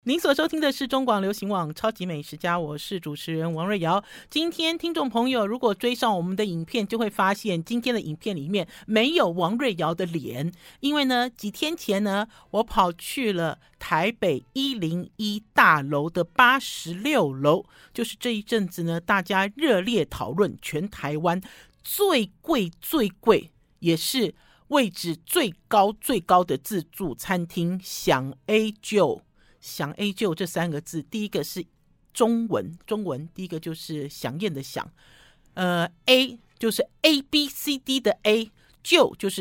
您所收听的是中广流行网超级美食家，我是主持人王瑞瑶。今天听众朋友如果追上我们的影片，就会发现今天的影片里面没有王瑞瑶的脸，因为呢几天前呢我跑去了台北101大楼的86楼，就是这一阵子呢大家热烈讨论全台湾最贵也是位置最高的自助餐厅享 A 就享 A 就这三个字，第一个是中文，第一个就是响宴的响，A 就是 ABCD 的 A， 就就是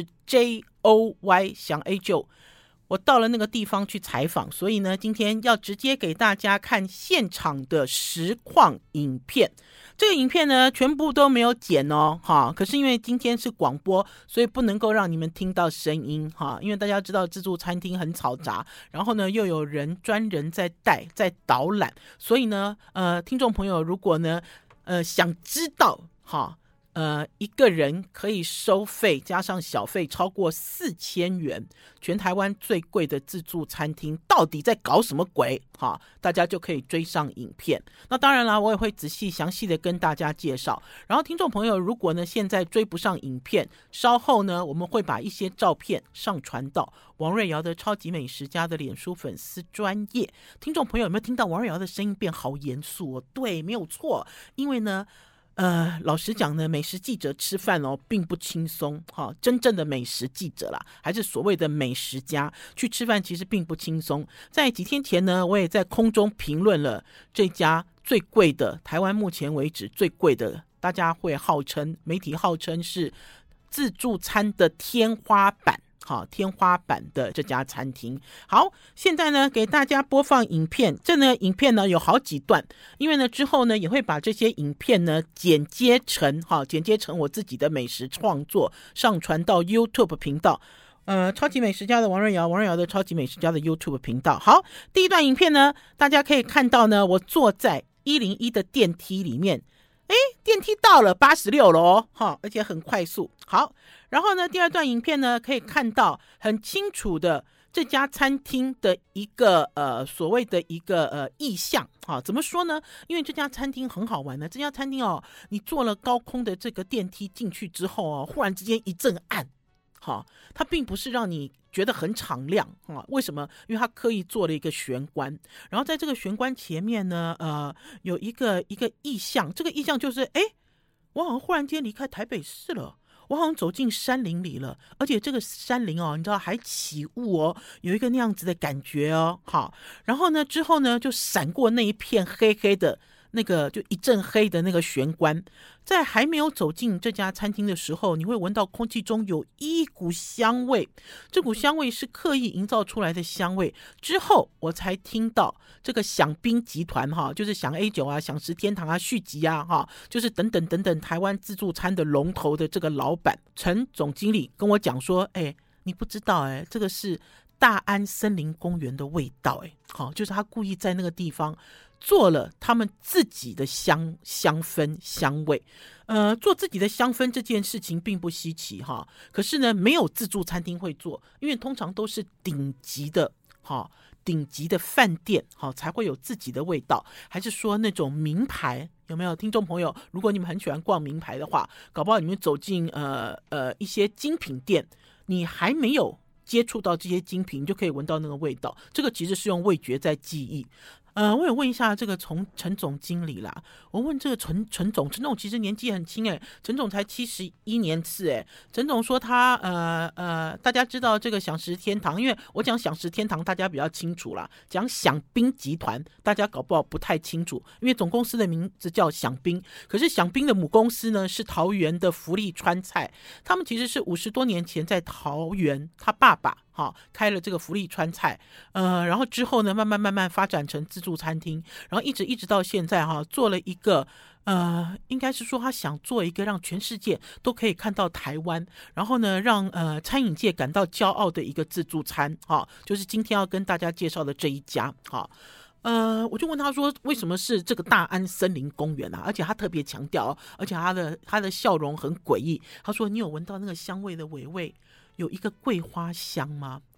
JOY， 享 A 就。我到了那个地方去采访，所以呢今天要直接给大家看现场的实况影片。这个影片呢全部都没有剪哦，可是因为今天是广播，所以不能够让你们听到声音，因为大家知道自助餐厅很嘈杂，然后呢又有专人在导览，所以呢听众朋友如果呢想知道一个人可以收费加上小费超过4000元，全台湾最贵的自助餐厅到底在搞什么鬼？大家就可以追上影片。那当然啦，我也会仔细详细的跟大家介绍。然后听众朋友如果呢现在追不上影片，稍后呢我们会把一些照片上传到王瑞瑶的超级美食家的脸书粉丝专页。听众朋友有没有听到王瑞瑶的声音变好严肃哦？对，没有错，因为呢老实讲呢，美食记者吃饭并不轻松，真正的美食记者啦，还是所谓的美食家去吃饭其实并不轻松。在几天前呢，我也在空中评论了这家最贵的，台湾目前为止最贵的，大家会媒体号称是自助餐的天花板的这家餐厅。好，现在呢给大家播放影片，影片呢有好几段，因为呢之后呢也会把这些影片呢剪接成我自己的美食创作，上传到 YouTube 频道，超级美食家的王瑞瑶的超级美食家的 YouTube 频道。好，第一段影片呢大家可以看到呢，我坐在101的电梯里面，电梯到了86楼而且很快速。好，然后呢第二段影片呢可以看到很清楚的这家餐厅的一个所谓的一个意象怎么说呢？因为这家餐厅很好玩的，这家餐厅你坐了高空的这个电梯进去之后忽然之间一阵暗，它并不是让你觉得很敞亮为什么？因为它刻意做了一个玄关，然后在这个玄关前面呢有一个意象，这个意象就是我好像忽然间离开台北市了，我好像走进山林里了，而且这个山林你知道还起雾有一个那样子的感觉好，然后呢之后呢就闪过那一片黑黑的那个，就一阵黑的那个玄关。在还没有走进这家餐厅的时候，你会闻到空气中有一股香味，这股香味是刻意营造出来的香味。之后我才听到这个享宾集团就是享 A9 啊、享食天堂啊、续集啊就是等等台湾自助餐的龙头的这个老板陈总经理跟我讲说，你不知道这个是大安森林公园的味道就是他故意在那个地方做了他们自己的香氛香味。做自己的香氛这件事情并不稀奇可是呢没有自助餐厅会做，因为通常都是顶级的饭店才会有自己的味道，还是说那种名牌？有没有听众朋友，如果你们很喜欢逛名牌的话，搞不好你们走进一些精品店，你还没有接触到这些精品，你就可以闻到那个味道。这个其实是用味觉在记忆。我也问一下这个陈总经理啦，我问这个陈总其实年纪很轻陈总才71年次陈总说他大家知道这个享食天堂，因为我讲享食天堂大家比较清楚啦，讲享宾集团大家搞不好不太清楚，因为总公司的名字叫享宾，可是享宾的母公司呢是桃园的福利川菜，他们其实是50多年前在桃园他爸爸开了这个福利川菜，然后之后呢慢慢发展成自助餐厅，然后一直到现在做了一个应该是说他想做一个让全世界都可以看到台湾，然后呢让餐饮界感到骄傲的一个自助餐就是今天要跟大家介绍的这一家我就问他说为什么是这个大安森林公园而且他特别强调而且他的笑容很诡异，他说你有闻到那个香味的尾味有一个桂花香吗？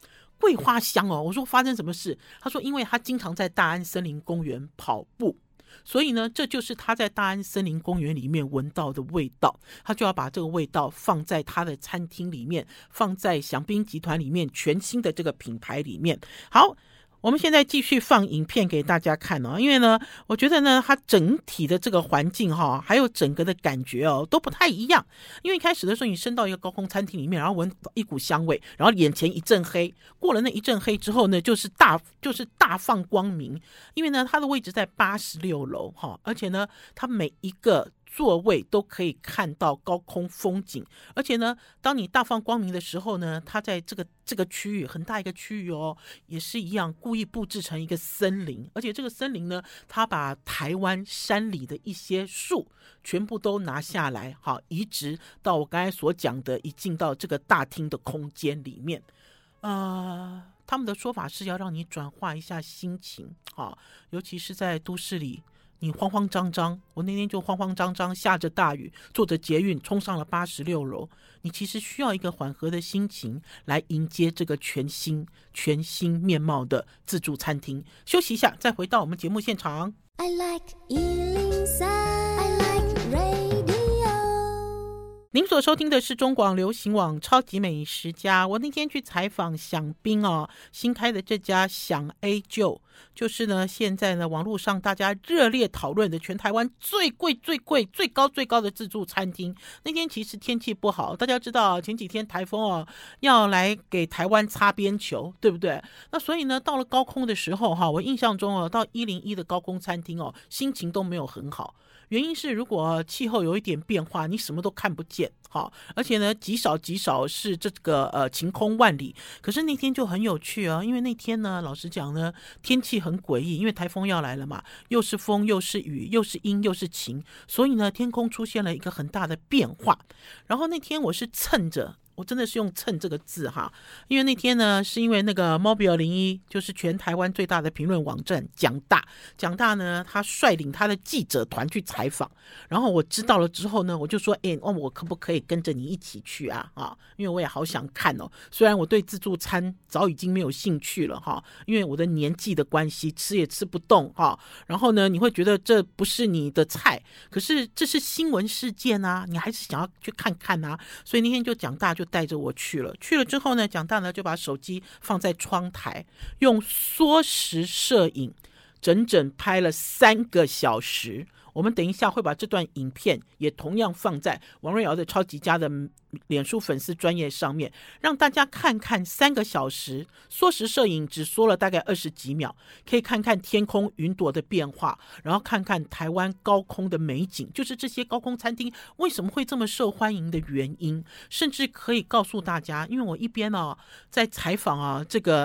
桂花香哦。我说发生什么事？他说因为他经常在大安森林公园跑步，所以呢，这就是他在大安森林公园里面闻到的味道，他就要把这个味道放在他的餐厅里面，放在祥彬集团里面全新的这个品牌里面。好，我们现在继续放影片给大家看哦，因为呢，我觉得呢，它整体的这个环境还有整个的感觉都不太一样。因为一开始的时候，你升到一个高空餐厅里面，然后闻到一股香味，然后眼前一阵黑，过了那一阵黑之后呢，就是大放光明。因为呢，它的位置在86楼而且呢，它每一个座位都可以看到高空风景，而且呢，当你大放光明的时候呢，它在这个区域很大一个区域也是一样故意布置成一个森林，而且这个森林呢，它把台湾山里的一些树全部都拿下来，移植到我刚才所讲的，一进到这个大厅的空间里面。他们的说法是要让你转化一下心情，尤其是在都市里。你慌慌张张，我那天就慌慌张张，下着大雨，坐着捷运冲上了86楼。你其实需要一个缓和的心情来迎接这个全新面貌的自助餐厅。休息一下，再回到我们节目现场。I like 103, I like radio。您所收听的是中广流行网超级美食家。我那天去采访祥彬新开的这家祥 A 就是呢，现在呢网络上大家热烈讨论的全台湾最贵最高的自助餐厅。那天其实天气不好，大家知道前几天台风要来给台湾擦边球，对不对？那所以呢，到了高空的时候我印象中到101的高空餐厅心情都没有很好。原因是如果气候有一点变化，你什么都看不见，而且呢极少是这个晴空万里。可是那天就很有趣因为那天呢，老实讲呢，天气很诡异，因为台风要来了嘛，又是风又是雨又是阴又是晴，所以呢天空出现了一个很大的变化。然后那天我是蹭着，我真的是用蹭这个字因为那天呢是因为那个 Mobile01 就是全台湾最大的评论网站蒋大呢，他率领他的记者团去采访，然后我知道了之后呢，我就说我可不可以跟着你一起去因为我也好想看虽然我对自助餐早已经没有兴趣了因为我的年纪的关系，吃也吃不动然后呢你会觉得这不是你的菜，可是这是新闻事件你还是想要去看看所以那天就蒋大就带着我去了之后呢，蒋大呢就把手机放在窗台，用缩时摄影整整拍了3个小时。我们等一下会把这段影片也同样放在王瑞瑶的超级家的脸书粉丝专页上面，让大家看看3个小时缩时摄影只缩了大概20几秒，可以看看天空云朵的变化，然后看看台湾高空的美景，就是这些高空餐厅为什么会这么受欢迎的原因，甚至可以告诉大家，因为我一边在采访这个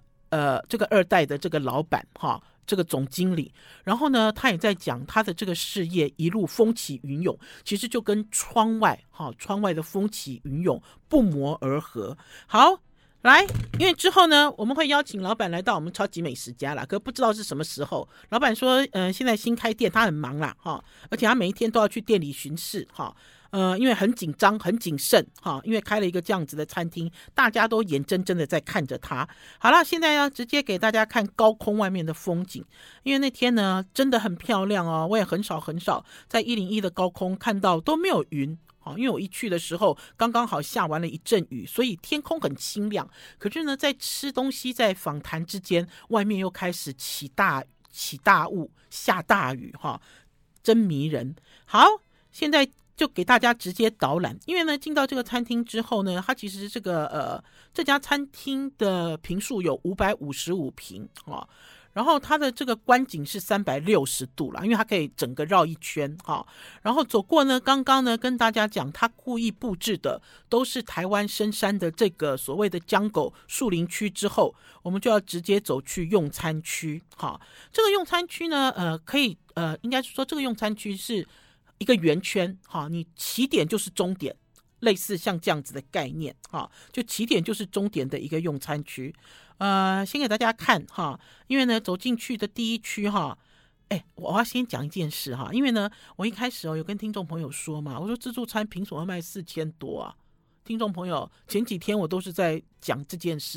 2代的这个老板这个总经理，然后呢他也在讲他的这个事业一路风起云涌，其实就跟窗外的风起云涌不谋而合。好，来，因为之后呢我们会邀请老板来到我们超级美食家啦，可不知道是什么时候。老板说现在新开店，他很忙啦而且他每一天都要去店里巡视因为很紧张很谨慎因为开了一个这样子的餐厅，大家都眼睁睁的在看着他。好了，现在要直接给大家看高空外面的风景，因为那天呢真的很漂亮我也很少在101的高空看到都没有云因为我一去的时候刚刚好下完了一阵雨，所以天空很清亮。可是呢在吃东西在访谈之间，外面又开始起大雾下大雨真迷人。好，现在就给大家直接导览。因为呢进到这个餐厅之后呢，它其实这家餐厅的坪数有555坪然后它的这个观景是360度啦，因为它可以整个绕一圈然后走过呢，刚刚呢跟大家讲，它故意布置的都是台湾深山的这个所谓的江狗树林区之后，我们就要直接走去用餐区这个用餐区呢可以应该是说这个用餐区是一个圆圈你起点就是终点，类似像这样子的概念就起点就是终点的一个用餐区。先给大家看因为呢走进去的第一区我要先讲一件事因为呢我一开始有跟听众朋友说嘛，我说自助餐凭什么卖4000多听众朋友，前几天我都是在讲这件事，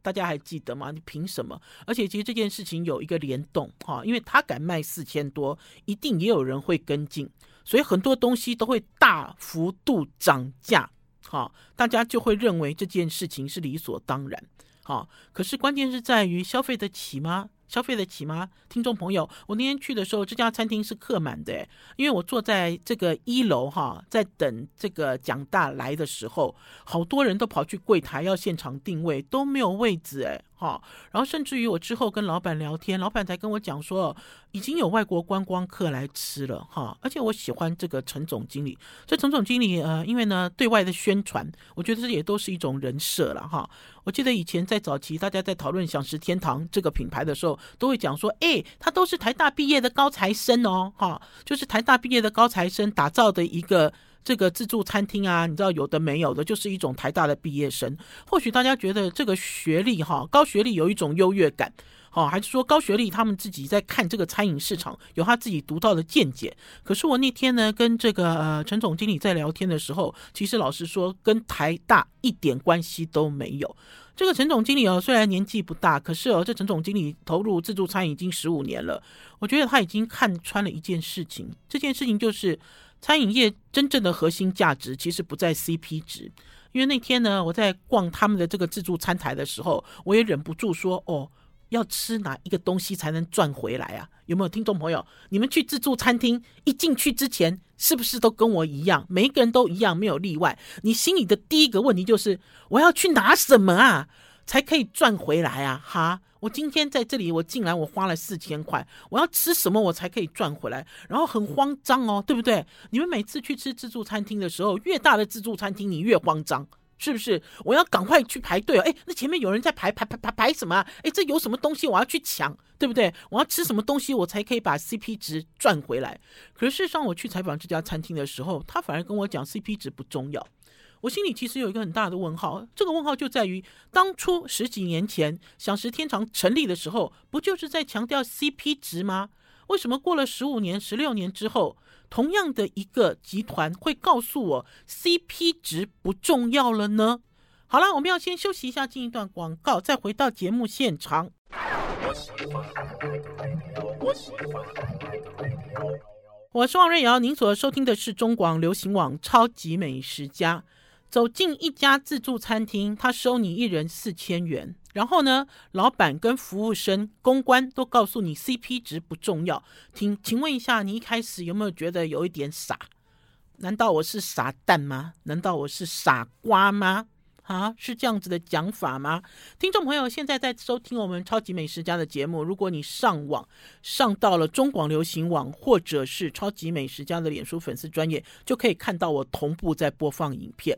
大家还记得吗？你凭什么？而且其实这件事情有一个联动因为他敢卖4000多，一定也有人会跟进，所以很多东西都会大幅度涨价，大家就会认为这件事情是理所当然。可是关键是在于消费得起吗？消费得起吗？听众朋友，我那天去的时候，这家餐厅是客满的，因为我坐在这个1楼在等这个蒋大来的时候，好多人都跑去柜台要现场定位，都没有位置然后甚至于我之后跟老板聊天，老板才跟我讲说已经有外国观光客来吃了而且我喜欢这个陈总经理，这陈总经理因为呢对外的宣传，我觉得这也都是一种人设了我记得以前在早期大家在讨论享食天堂这个品牌的时候，都会讲说他都是台大毕业的高材生就是台大毕业的高材生打造的一个这个自助餐厅啊，你知道有的没有的，就是一种台大的毕业生。或许大家觉得这个学历高学历有一种优越感还是说高学历他们自己在看这个餐饮市场有他自己独到的见解。可是我那天呢跟这个陈总经理在聊天的时候，其实老实说跟台大一点关系都没有。这个陈总经理虽然年纪不大，可是这陈总经理投入自助餐已经15年了，我觉得他已经看穿了一件事情，这件事情就是餐饮业真正的核心价值其实不在 CP 值。因为那天呢我在逛他们的这个自助餐台的时候，我也忍不住说要吃哪一个东西才能赚回来啊？有没有听众朋友，你们去自助餐厅一进去之前是不是都跟我一样，每一个人都一样，没有例外，你心里的第一个问题就是我要去拿什么啊才可以赚回来啊我今天在这里我进来我花了4000块，我要吃什么我才可以赚回来？然后很慌张对不对？你们每次去吃自助餐厅的时候，越大的自助餐厅你越慌张，是不是？我要赶快去排队那前面有人在排什么这有什么东西我要去抢，对不对？我要吃什么东西我才可以把 CP 值赚回来？可是事实上我去采访这家餐厅的时候，他反而跟我讲 CP 值不重要。我心里其实有一个很大的问号，这个问号就在于当初10几年前享食天堂成立的时候，不就是在强调 CP 值吗？为什么过了15年16年之后，同样的一个集团会告诉我 CP 值不重要了呢？好了，我们要先休息一下，进一段广告，再回到节目现场。我是王瑞瑶，您所收听的是中广流行网超级美食家。走进一家自助餐厅，他收你一人4000元，然后呢，老板跟服务生、公关都告诉你 CP 值不重要。请问一下，你一开始有没有觉得有一点傻？难道我是傻蛋吗？难道我是傻瓜吗？是这样子的讲法吗？听众朋友现在在收听我们超级美食家的节目，如果你上网上到了中广流行网或者是超级美食家的脸书粉丝专页，就可以看到我同步在播放影片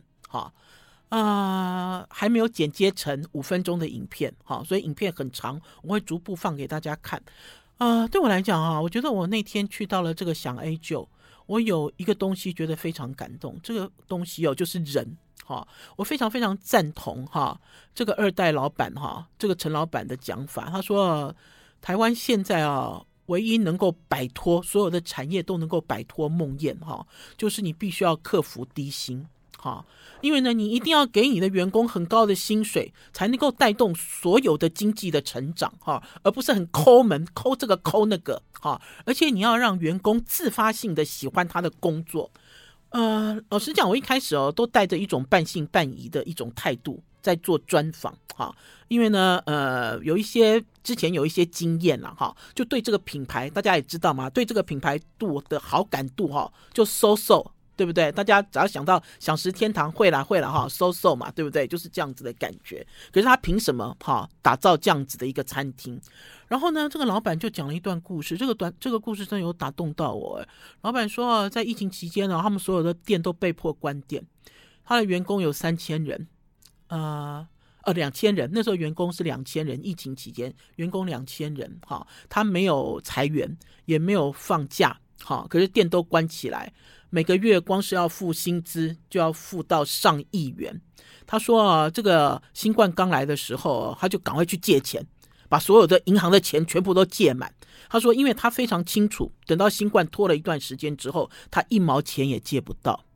还没有剪接成5分钟的影片所以影片很长，我会逐步放给大家看。对我来讲我觉得我那天去到了这个享 A9，我有一个东西觉得非常感动，这个东西就是人我非常非常赞同这个2代老板这个陈老板的讲法。他说台湾现在唯一能够摆脱所有的产业都能够摆脱梦魇就是你必须要克服低薪因为呢你一定要给你的员工很高的薪水，才能够带动所有的经济的成长而不是很抠门，抠这个抠那个而且你要让员工自发性的喜欢他的工作。老实讲，我一开始都带着一种半信半疑的一种态度在做专访因为呢之前有一些经验了就对这个品牌大家也知道嘛，对这个品牌度的好感度就so，对不对？大家只要想到享食天堂会啦so嘛，对不对？就是这样子的感觉。可是他凭什么打造这样子的一个餐厅？然后呢，这个老板就讲了一段故事，这个故事真的有打动到我。老板说在疫情期间他们所有的店都被迫关店，他的员工有3000人，2000人，那时候员工是2000人，疫情期间员工2000人他没有裁员也没有放假可是店都关起来，每个月光是要付薪资就要付到上亿元。他说这个新冠刚来的时候他就赶快去借钱，把所有的银行的钱全部都借满。他说因为他非常清楚，等到新冠拖了一段时间之后他1毛钱也借不到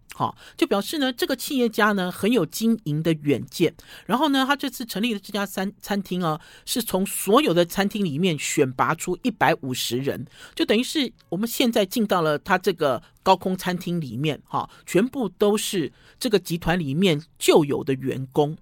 好，就表示呢，这个企业家呢很有经营的远见。然后呢，他这次成立的这家餐厅啊，是从所有的餐厅里面选拔出150人，就等于是我们现在进到了他这个高空餐厅里面，全部都是这个集团里面旧有的员工，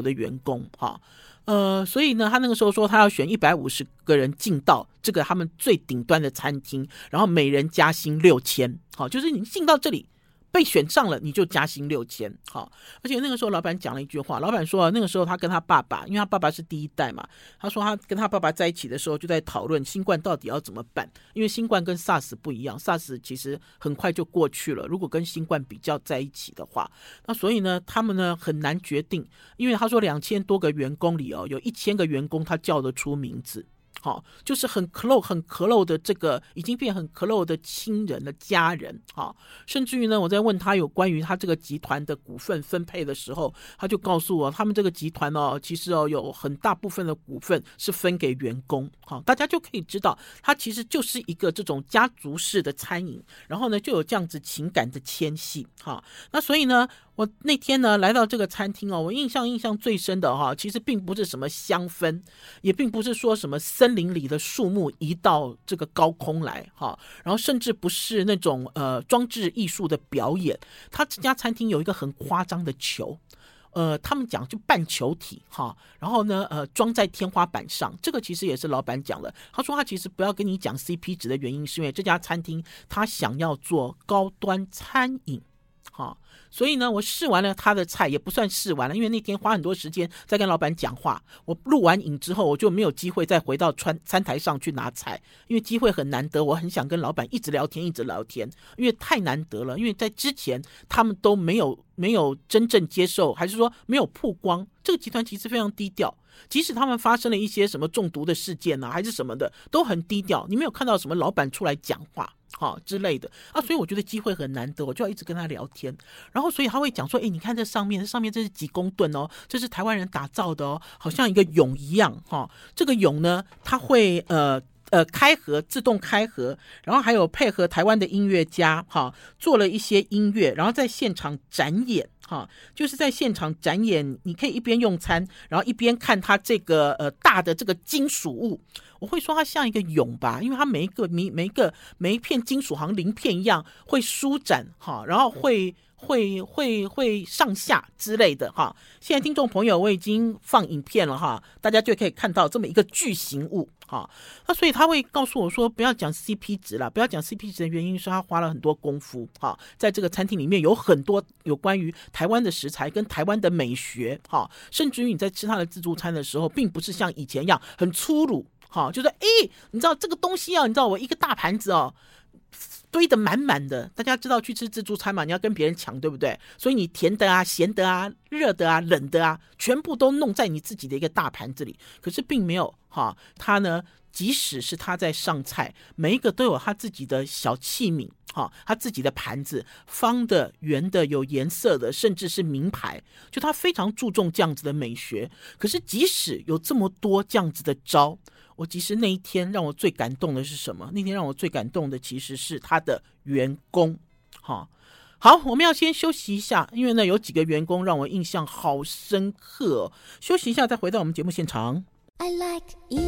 所以呢，他那个时候说他要选150个人进到这个他们最顶端的餐厅，然后每人加薪6000，就是你进到这里被选上了，你就加薪6000。好，而且那个时候老板讲了一句话，老板说那个时候他跟他爸爸，因为他爸爸是第一代嘛，他说他跟他爸爸在一起的时候就在讨论新冠到底要怎么办，因为新冠跟 SARS 不一样， SARS 其实很快就过去了，如果跟新冠比较在一起的话，那所以呢他们呢很难决定，因为他说2000多个员工里有1000个员工他叫得出名字，就是很 close 的这个已经变很 close 的亲人的家人，甚至于呢我在问他有关于他这个集团的股份分配的时候，他就告诉我他们这个集团其实有很大部分的股份是分给员工，大家就可以知道他其实就是一个这种家族式的餐饮，然后呢就有这样子情感的牵系。那所以呢我那天呢来到这个餐厅我印象最深的其实并不是什么香氛，也并不是说什么森林里的树木移到这个高空来，然后甚至不是那种装置艺术的表演。他这家餐厅有一个很夸张的球，他们讲就半球体然后呢装在天花板上，这个其实也是老板讲了，他说他其实不要跟你讲 CP 值的原因是因为这家餐厅他想要做高端餐饮。所以呢我试完了他的菜，也不算试完了，因为那天花很多时间在跟老板讲话，我录完影之后我就没有机会再回到餐台上去拿菜，因为机会很难得，我很想跟老板一直聊天，因为太难得了，因为在之前他们都没有真正接受，还是说没有曝光，这个集团其实非常低调，即使他们发生了一些什么中毒的事件还是什么的都很低调，你没有看到什么老板出来讲话之类的所以我觉得机会很难得，我就要一直跟他聊天，然后所以他会讲说你看这上面这是几公吨这是台湾人打造的好像一个蛹一样这个蛹呢它会开合，自动开合，然后还有配合台湾的音乐家做了一些音乐，然后在现场展演就是在现场展演，你可以一边用餐，然后一边看它这个大的这个金属物，我会说它像一个蛹吧，因为它每一片金属好像鳞片一样会舒展然后会上下之类的现在听众朋友我已经放影片了大家就可以看到这么一个巨型物那所以他会告诉我说不要讲 CP 值啦，不要讲 CP 值的原因是他花了很多功夫在这个餐厅里面有很多有关于台湾的食材跟台湾的美学甚至于你在吃他的自助餐的时候并不是像以前一样很粗鲁就是你知道这个东西你知道我一个大盘子堆得满满的，大家知道去吃自助餐嘛，你要跟别人抢对不对，所以你甜的咸的热的冷的全部都弄在你自己的一个大盘子里，可是并没有他呢即使是他在上菜，每一个都有他自己的小器皿他自己的盘子，方的圆的有颜色的，甚至是名牌，就他非常注重这样子的美学。可是即使有这么多这样子的招，我其实那一天让我最感动的是什么？那天让我最感动的其实是他的员工好，我们要先休息一下，因为呢有几个员工让我印象好深刻休息一下再回到我们节目现场。 I like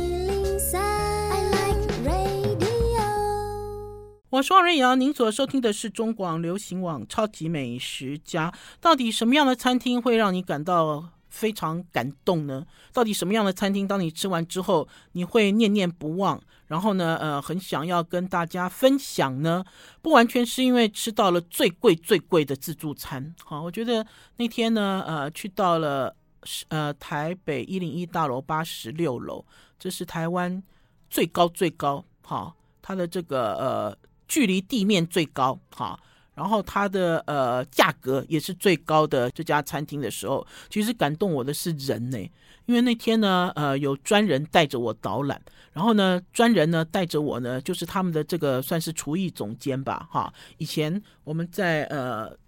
103, I like radio。 我是王瑞瑶，您所收听的是中广流行网超级美食家。到底什么样的餐厅会让你感到非常感动呢？到底什么样的餐厅当你吃完之后你会念念不忘，然后呢很想要跟大家分享呢？不完全是因为吃到了最贵的自助餐我觉得那天呢去到了台北101大楼86楼，这是台湾最高它的这个距离地面最高然后它的价格也是最高的这家餐厅的时候，其实感动我的是人呢。因为那天呢有专人带着我导览，然后呢专人呢带着我呢就是他们的这个算是厨艺总监吧以前我们在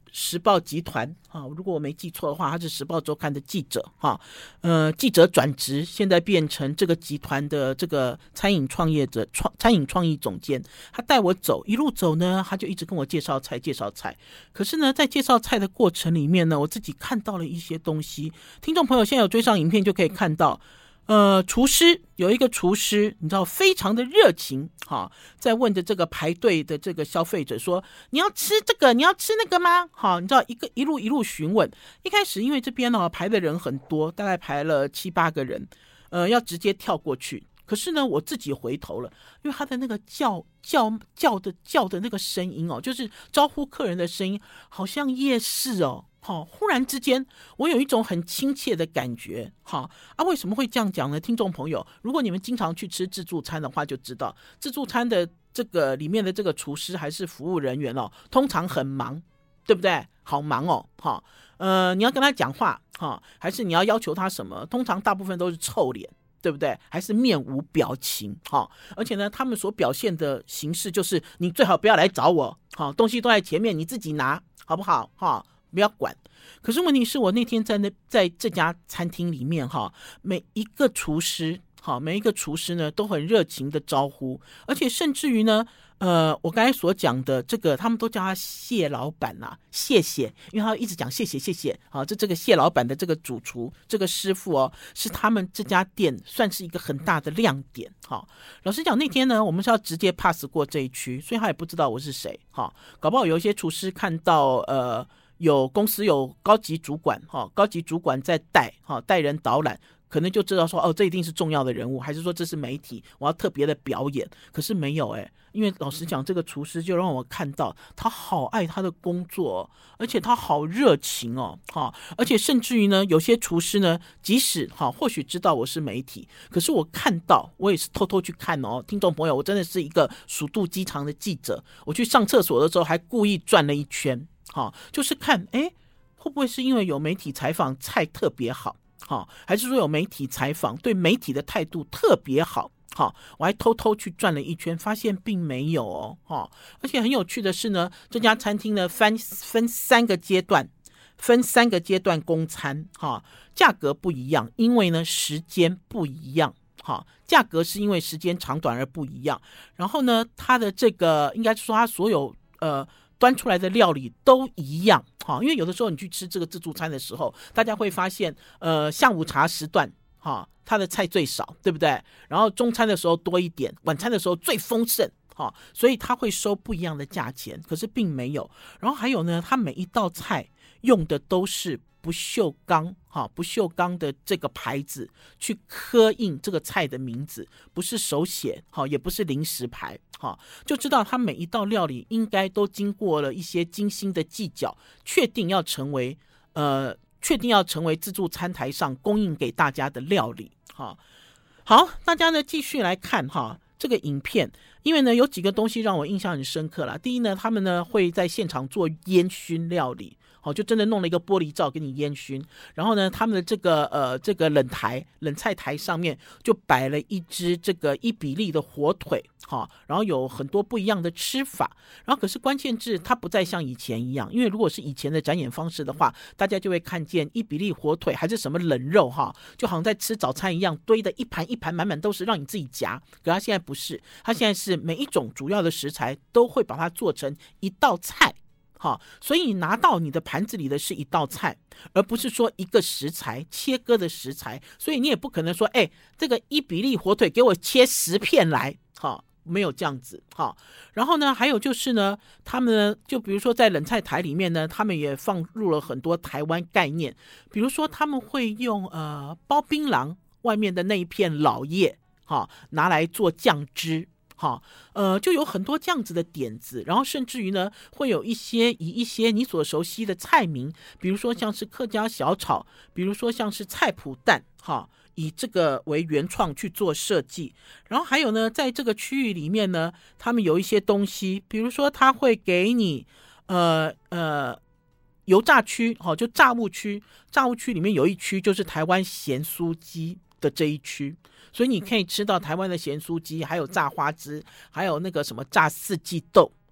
时报集团如果我没记错的话，他是时报周刊的记者记者转职，现在变成这个集团的这个餐饮创意总监。他带我走，一路走呢，他就一直跟我介绍菜。可是呢，在介绍菜的过程里面呢，我自己看到了一些东西。听众朋友现在有追上影片就可以看到。有一个厨师，你知道非常的热情在问着这个排队的这个消费者说，你要吃这个，你要吃那个吗？你知道一路询问。一开始因为这边排的人很多，大概排了7-8个人，要直接跳过去。可是呢，我自己回头了，因为他的那个叫的那个声音就是招呼客人的声音，好像夜市忽然之间我有一种很亲切的感觉为什么会这样讲呢？听众朋友，如果你们经常去吃自助餐的话，就知道自助餐的这个里面的这个厨师还是服务人员通常很忙，对不对？好忙你要跟他讲话还是你要要求他什么，通常大部分都是臭脸，对不对？还是面无表情而且呢，他们所表现的形式就是你最好不要来找我东西都在前面，你自己拿好不好不要管。可是问题是我那天在这家餐厅里面每一个厨师呢都很热情的招呼，而且甚至于呢我刚才所讲的这个，他们都叫他谢老板谢谢，因为他一直讲谢谢这个谢老板的这个主厨这个师傅是他们这家店算是一个很大的亮点老实讲，那天呢我们是要直接 pass 过这一区，所以他也不知道我是谁搞不好有一些厨师看到有公司有高级主管在带人导览，可能就知道说这一定是重要的人物，还是说这是媒体，我要特别的表演。可是没有因为老实讲，这个厨师就让我看到他好爱他的工作，而且他好热情而且甚至于呢，有些厨师呢，即使或许知道我是媒体，可是我看到我也是偷偷去看听众朋友，我真的是一个鼠肚鸡肠的记者，我去上厕所的时候还故意转了一圈就是看会不会是因为有媒体采访菜特别好还是说有媒体采访对媒体的态度特别好我还偷偷去转了一圈，发现并没有而且很有趣的是呢，这家餐厅呢分3个阶段供餐价格不一样，因为呢时间不一样价格是因为时间长短而不一样。然后呢，它的这个应该说它所有端出来的料理都一样因为有的时候你去吃这个自助餐的时候，大家会发现下午茶时段它的菜最少，对不对？然后中餐的时候多一点，晚餐的时候最丰盛所以它会收不一样的价钱，可是并没有。然后还有呢，它每一道菜用的都是不锈钢的这个牌子去刻印这个菜的名字，不是手写也不是临时牌就知道它每一道料理应该都经过了一些精心的计较，确定要成为自助餐台上供应给大家的料理好，大家呢继续来看这个影片，因为呢有几个东西让我印象很深刻啦。第一呢，他们呢会在现场做烟熏料理就真的弄了一个玻璃罩给你烟熏，然后呢他们的这个冷菜台上面就摆了一只这个伊比利的火腿然后有很多不一样的吃法。然后可是关键是它不再像以前一样，因为如果是以前的展演方式的话，大家就会看见伊比利火腿还是什么冷肉就好像在吃早餐一样，堆的一盘一盘满满都是让你自己夹。可它现在不是，它现在是每一种主要的食材都会把它做成一道菜所以你拿到你的盘子里的是一道菜，而不是说一个食材切割的食材。所以你也不可能说这个伊比利火腿给我切10片来没有这样子然后呢还有就是呢，他们呢就比如说在冷菜台里面呢，他们也放入了很多台湾概念，比如说他们会用包槟榔外面的那一片老叶拿来做酱汁就有很多这样子的点子。然后甚至于呢会有以一些你所熟悉的菜名，比如说像是客家小炒，比如说像是菜脯蛋以这个为原创去做设计。然后还有呢，在这个区域里面呢，他们有一些东西，比如说他会给你油炸区就炸物区里面有一区就是台湾咸酥鸡的这一区，所以你可以吃到台湾的咸酥鸡，还有炸花枝，还有那个什么炸四季豆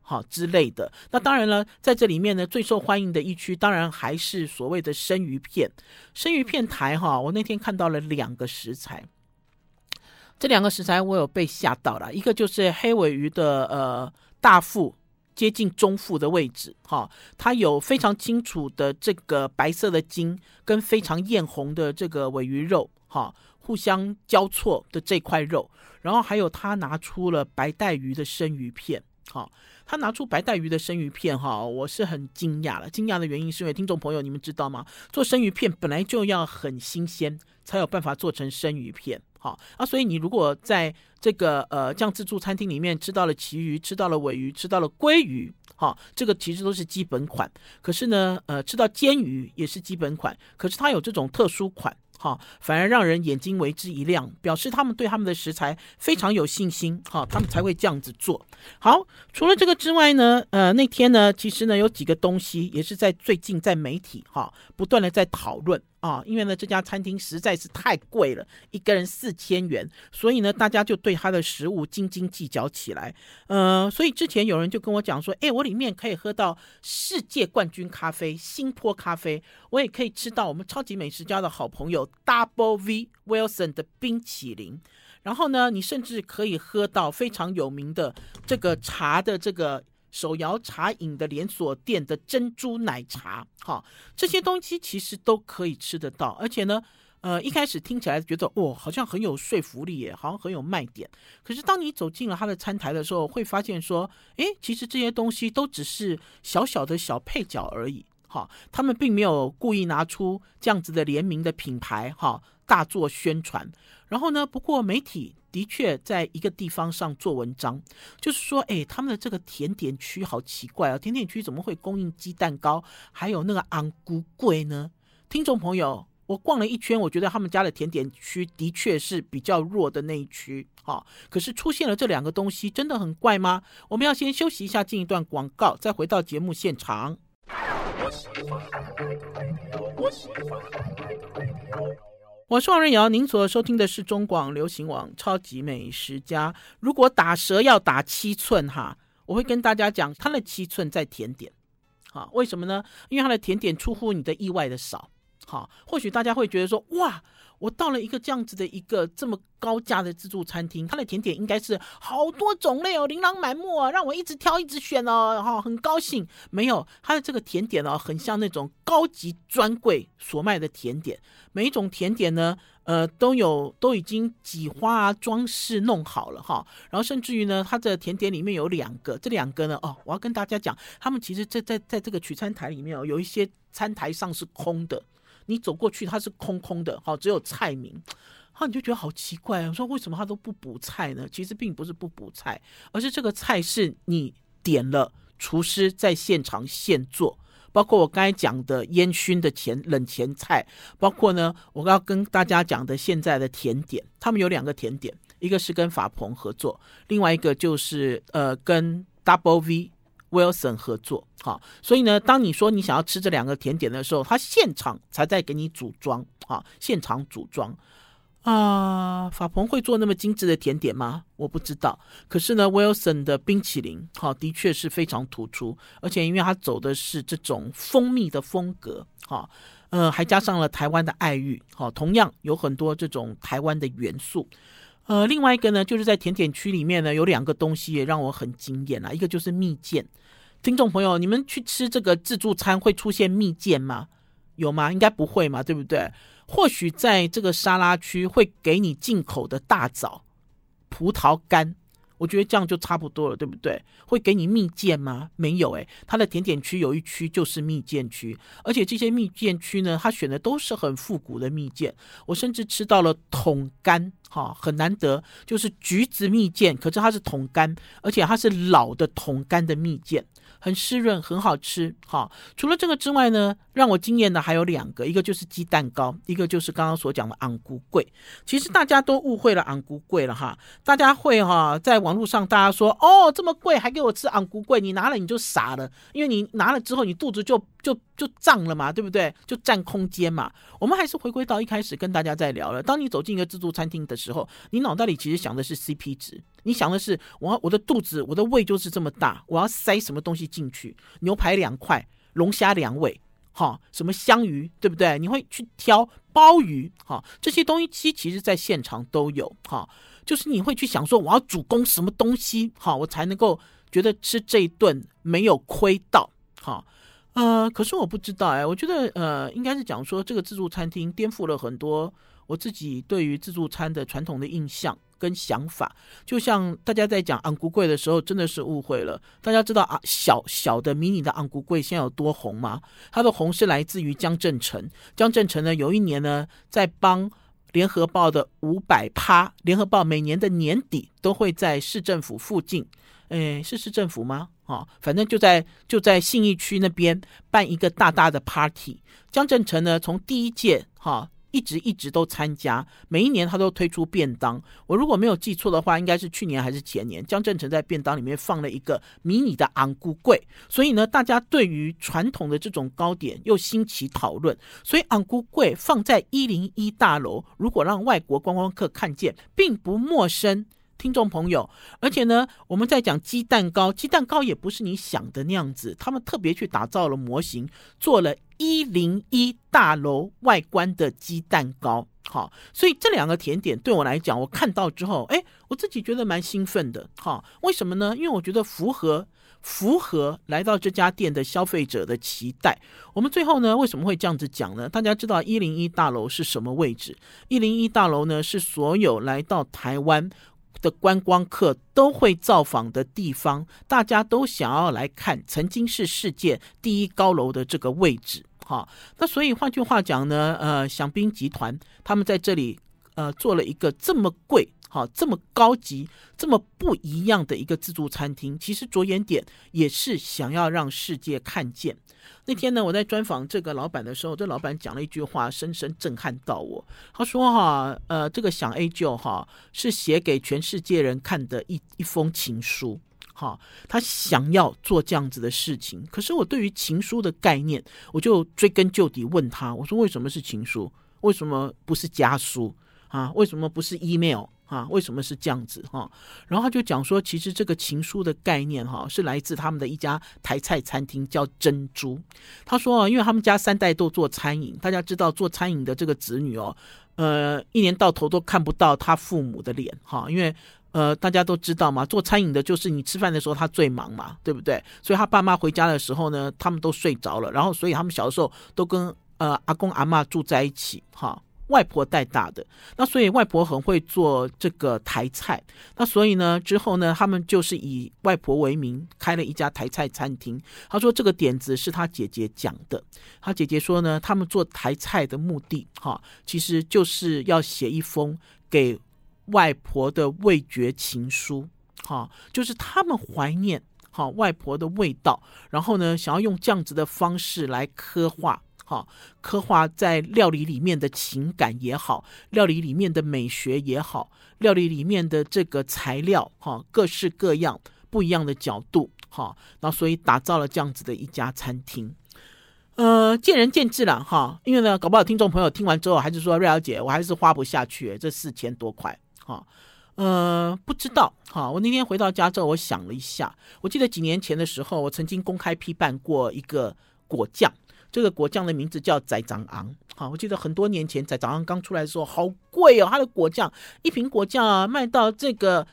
之类的。那当然了，在这里面呢，最受欢迎的一区当然还是所谓的生鱼片。生鱼片台我那天看到了2个食材，这2个食材我有被吓到了。一个就是黑鮪鱼的大腹，接近中腹的位置，它有非常清楚的这个白色的筋跟非常艳红的这个鮪鱼肉，互相交错的这块肉。然后还有他拿出了白带鱼的生鱼片，他拿出白带鱼的生鱼片，我是很惊讶了。惊讶的原因是因为听众朋友你们知道吗？做生鱼片本来就要很新鲜才有办法做成生鱼片，所以你如果在这个这样自助餐厅里面吃到了旗鱼，吃到了鮪鱼，吃到了鲑鱼，这个其实都是基本款。可是呢吃到煎鱼也是基本款，可是它有这种特殊款，反而让人眼睛为之一亮，表示他们对他们的食材非常有信心，他们才会这样子做。好，除了这个之外呢，那天呢，其实呢有几个东西也是在最近在媒体不断的在讨论因为呢这家餐厅实在是太贵了，一个人4000元，所以呢大家就对他的食物斤斤计较起来。所以之前有人就跟我讲说，我里面可以喝到世界冠军咖啡新坡咖啡，我也可以吃到我们超级美食家的好朋友 Double V Wilson 的冰淇淋，然后呢你甚至可以喝到非常有名的这个茶的这个手摇茶饮的连锁店的珍珠奶茶，这些东西其实都可以吃得到。而且呢一开始听起来觉得好像很有说服力耶，好像很有卖点。可是当你走进了他的餐台的时候，会发现说其实这些东西都只是小小的小配角而已，他们并没有故意拿出这样子的联名的品牌大做宣传。然后呢不过媒体的确在一个地方上做文章，就是说他们的这个甜点区好奇怪啊，甜点区怎么会供应鸡蛋糕还有那个昂菇粿呢？听众朋友，我逛了一圈，我觉得他们家的甜点区的确是比较弱的那一区，可是出现了这2个东西真的很怪吗？我们要先休息一下，进一段广告，再回到节目现场。我是王瑞瑶，您所收听的是中广流行网超级美食家。如果打蛇要打7寸我会跟大家讲，它的7寸在甜点。为什么呢？因为它的甜点出乎你的意外的少。或许大家会觉得说，哇，我到了一个这样子的一个这么高价的自助餐厅，它的甜点应该是好多种类琳琅满目让我一直挑一直选很高兴。没有，它的这个甜点很像那种高级专柜所卖的甜点，每一种甜点呢都已经挤花装饰弄好了然后甚至于呢它的甜点里面有2个，这2个呢我要跟大家讲，他们其实在这个取餐台里面有一些餐台上是空的，你走过去它是空空的只有菜名你就觉得好奇怪我说为什么他都不补菜呢？其实并不是不补菜，而是这个菜是你点了，厨师在现场现做，包括我刚才讲的烟熏的冷前菜，包括呢我要跟大家讲的现在的甜点，他们有2个甜点，一个是跟法鹏合作，另外一个就是跟 Double V Wilson 合作所以呢当你说你想要吃这2个甜点的时候，他现场才在给你组装现场组装法鹏会做那么精致的甜点吗？我不知道。可是呢 Wilson 的冰淇淋的确是非常突出，而且因为他走的是这种蜂蜜的风格还加上了台湾的爱玉同样有很多这种台湾的元素。另外一个呢就是在甜点区里面呢有2个东西也让我很惊艳一个就是蜜饯。听众朋友，你们去吃这个自助餐会出现蜜饯吗？有吗？应该不会嘛，对不对？或许在这个沙拉区会给你进口的大枣、葡萄干，我觉得这样就差不多了，对不对？会给你蜜饯吗？没有它的甜点区有一区就是蜜饯区，而且这些蜜饯区呢，它选的都是很复古的蜜饯。我甚至吃到了桶干很难得，就是橘子蜜饯，可是它是桶干，而且它是老的桶干的蜜饯，很湿润，很好吃除了这个之外呢，让我惊艳的还有2个，一个就是鸡蛋糕，一个就是刚刚所讲的昂菇粿。其实大家都误会了昂菇粿了大家会在网络上大家说这么贵还给我吃昂菇粿，你拿了你就傻了，因为你拿了之后你肚子就胀了嘛，对不对？就占空间嘛。我们还是回归到一开始跟大家在聊了，当你走进一个自助餐厅的时候，你脑袋里其实想的是 CP 值， 你想的是我的肚子我的胃就是这么大，我要塞什么东西进去，牛排2块，龙虾2尾，什么香鱼，对不对？你会去挑鲍鱼，这些东西其实在现场都有，就是你会去想说我要主攻什么东西，我才能够觉得吃这一顿没有亏到，可是我不知道我觉得应该是讲说这个自助餐厅颠覆了很多我自己对于自助餐的传统的印象跟想法。就像大家在讲昂古贵的时候真的是误会了，大家知道小的迷你的昂古贵现在有多红吗？它的红是来自于江振成呢有一年呢在帮联合报的500%，联合报每年的年底都会在市政府附近，是市政府吗？反正就在信义区那边办一个大大的 party。 江振成呢从第一届一直都参加，每一年他都推出便当。我如果没有记错的话，应该是去年还是前年，江振成在便当里面放了一个迷你的昂菇粿，所以呢大家对于传统的这种糕点又兴起讨论，所以昂菇粿放在101大楼，如果让外国观光客看见并不陌生，听众朋友。而且呢我们在讲鸡蛋糕也不是你想的那样子，他们特别去打造了模型，做了101大楼外观的鸡蛋糕。所以这2个甜点对我来讲，我看到之后我自己觉得蛮兴奋的。为什么呢？因为我觉得符合来到这家店的消费者的期待。我们最后呢为什么会这样子讲呢？大家知道101大楼是什么位置？101大楼呢是所有来到台湾的观光客都会造访的地方，大家都想要来看曾经是世界第1高楼的这个位置。那所以换句话讲呢享宾集团他们在这里做了一个这么贵这么高级这么不一样的一个自助餐厅，其实着眼点也是想要让世界看见。那天呢我在专访这个老板的时候，这老板讲了一句话深深震撼到我。他说这个享 A 旧是写给全世界人看的一封情书。他想要做这样子的事情，可是我对于情书的概念，我就追根究底问他，我说为什么是情书？为什么不是家书为什么不是 email为什么是这样子然后他就讲说，其实这个情书的概念是来自他们的一家台菜餐厅叫珍珠。他说因为他们家3代都做餐饮，大家知道做餐饮的这个子女一年到头都看不到他父母的脸因为大家都知道嘛，做餐饮的就是你吃饭的时候他最忙嘛，对不对？所以他爸妈回家的时候呢，他们都睡着了，然后所以他们小的时候都跟阿公阿嬷住在一起外婆带大的，那所以外婆很会做这个台菜，那所以呢之后呢他们就是以外婆为名开了一家台菜餐厅。他说这个点子是他姐姐讲的，他姐姐说呢他们做台菜的目的其实就是要写一封给外婆的味觉情书就是他们怀念外婆的味道，然后呢想要用这样子的方式来刻画在料理里面的情感也好，料理里面的美学也好，料理里面的这个材料各式各样不一样的角度那所以打造了这样子的一家餐厅。见仁见智啦因为呢搞不好听众朋友听完之后还是说，瑞瑶姐我还是花不下去这4000多块不知道我那天回到家之后我想了一下，我记得几年前的时候我曾经公开批判过一个果酱，这个果酱的名字叫仔长昂我记得很多年前仔长昂刚出来的时候好贵它的果酱一瓶果酱卖到这个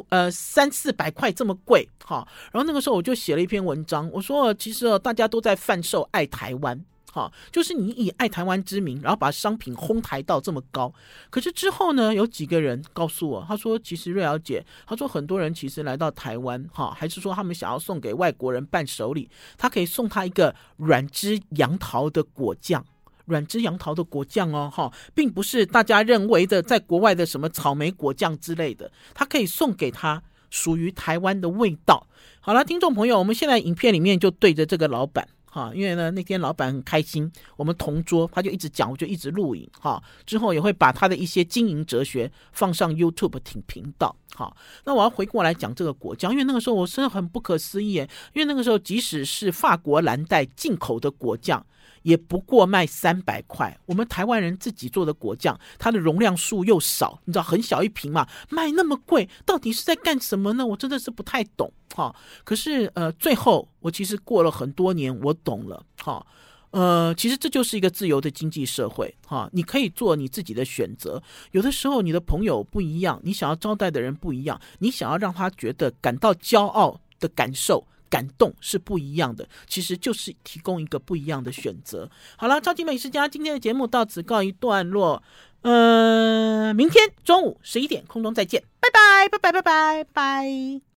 300-400块这么贵然后那个时候我就写了一篇文章，我说其实大家都在贩售爱台湾就是你以爱台湾之名然后把商品哄抬到这么高。可是之后呢有几个人告诉我，他说其实瑞瑶姐，他说很多人其实来到台湾还是说他们想要送给外国人伴手礼，他可以送他一个软枝杨桃的果酱，软枝杨桃的果酱并不是大家认为的在国外的什么草莓果酱之类的，他可以送给他属于台湾的味道。好了，听众朋友，我们现在影片里面就对着这个老板因为呢那天老板很开心，我们同桌他就一直讲，我就一直录影之后也会把他的一些经营哲学放上 YouTube 频道那我要回过来讲这个果酱，因为那个时候我真的很不可思议因为那个时候即使是法国蓝带进口的果酱也不过卖300块。我们台湾人自己做的果酱，它的容量数又少，你知道很小一瓶嘛，卖那么贵，到底是在干什么呢？我真的是不太懂。可是最后我其实过了很多年，我懂了。其实这就是一个自由的经济社会。你可以做你自己的选择。有的时候你的朋友不一样，你想要招待的人不一样，你想要让他觉得感到骄傲的感受感动是不一样的，其实就是提供一个不一样的选择。好了，超级美食家今天的节目到此告一段落。明天中午11点空中再见，拜拜拜拜拜拜拜。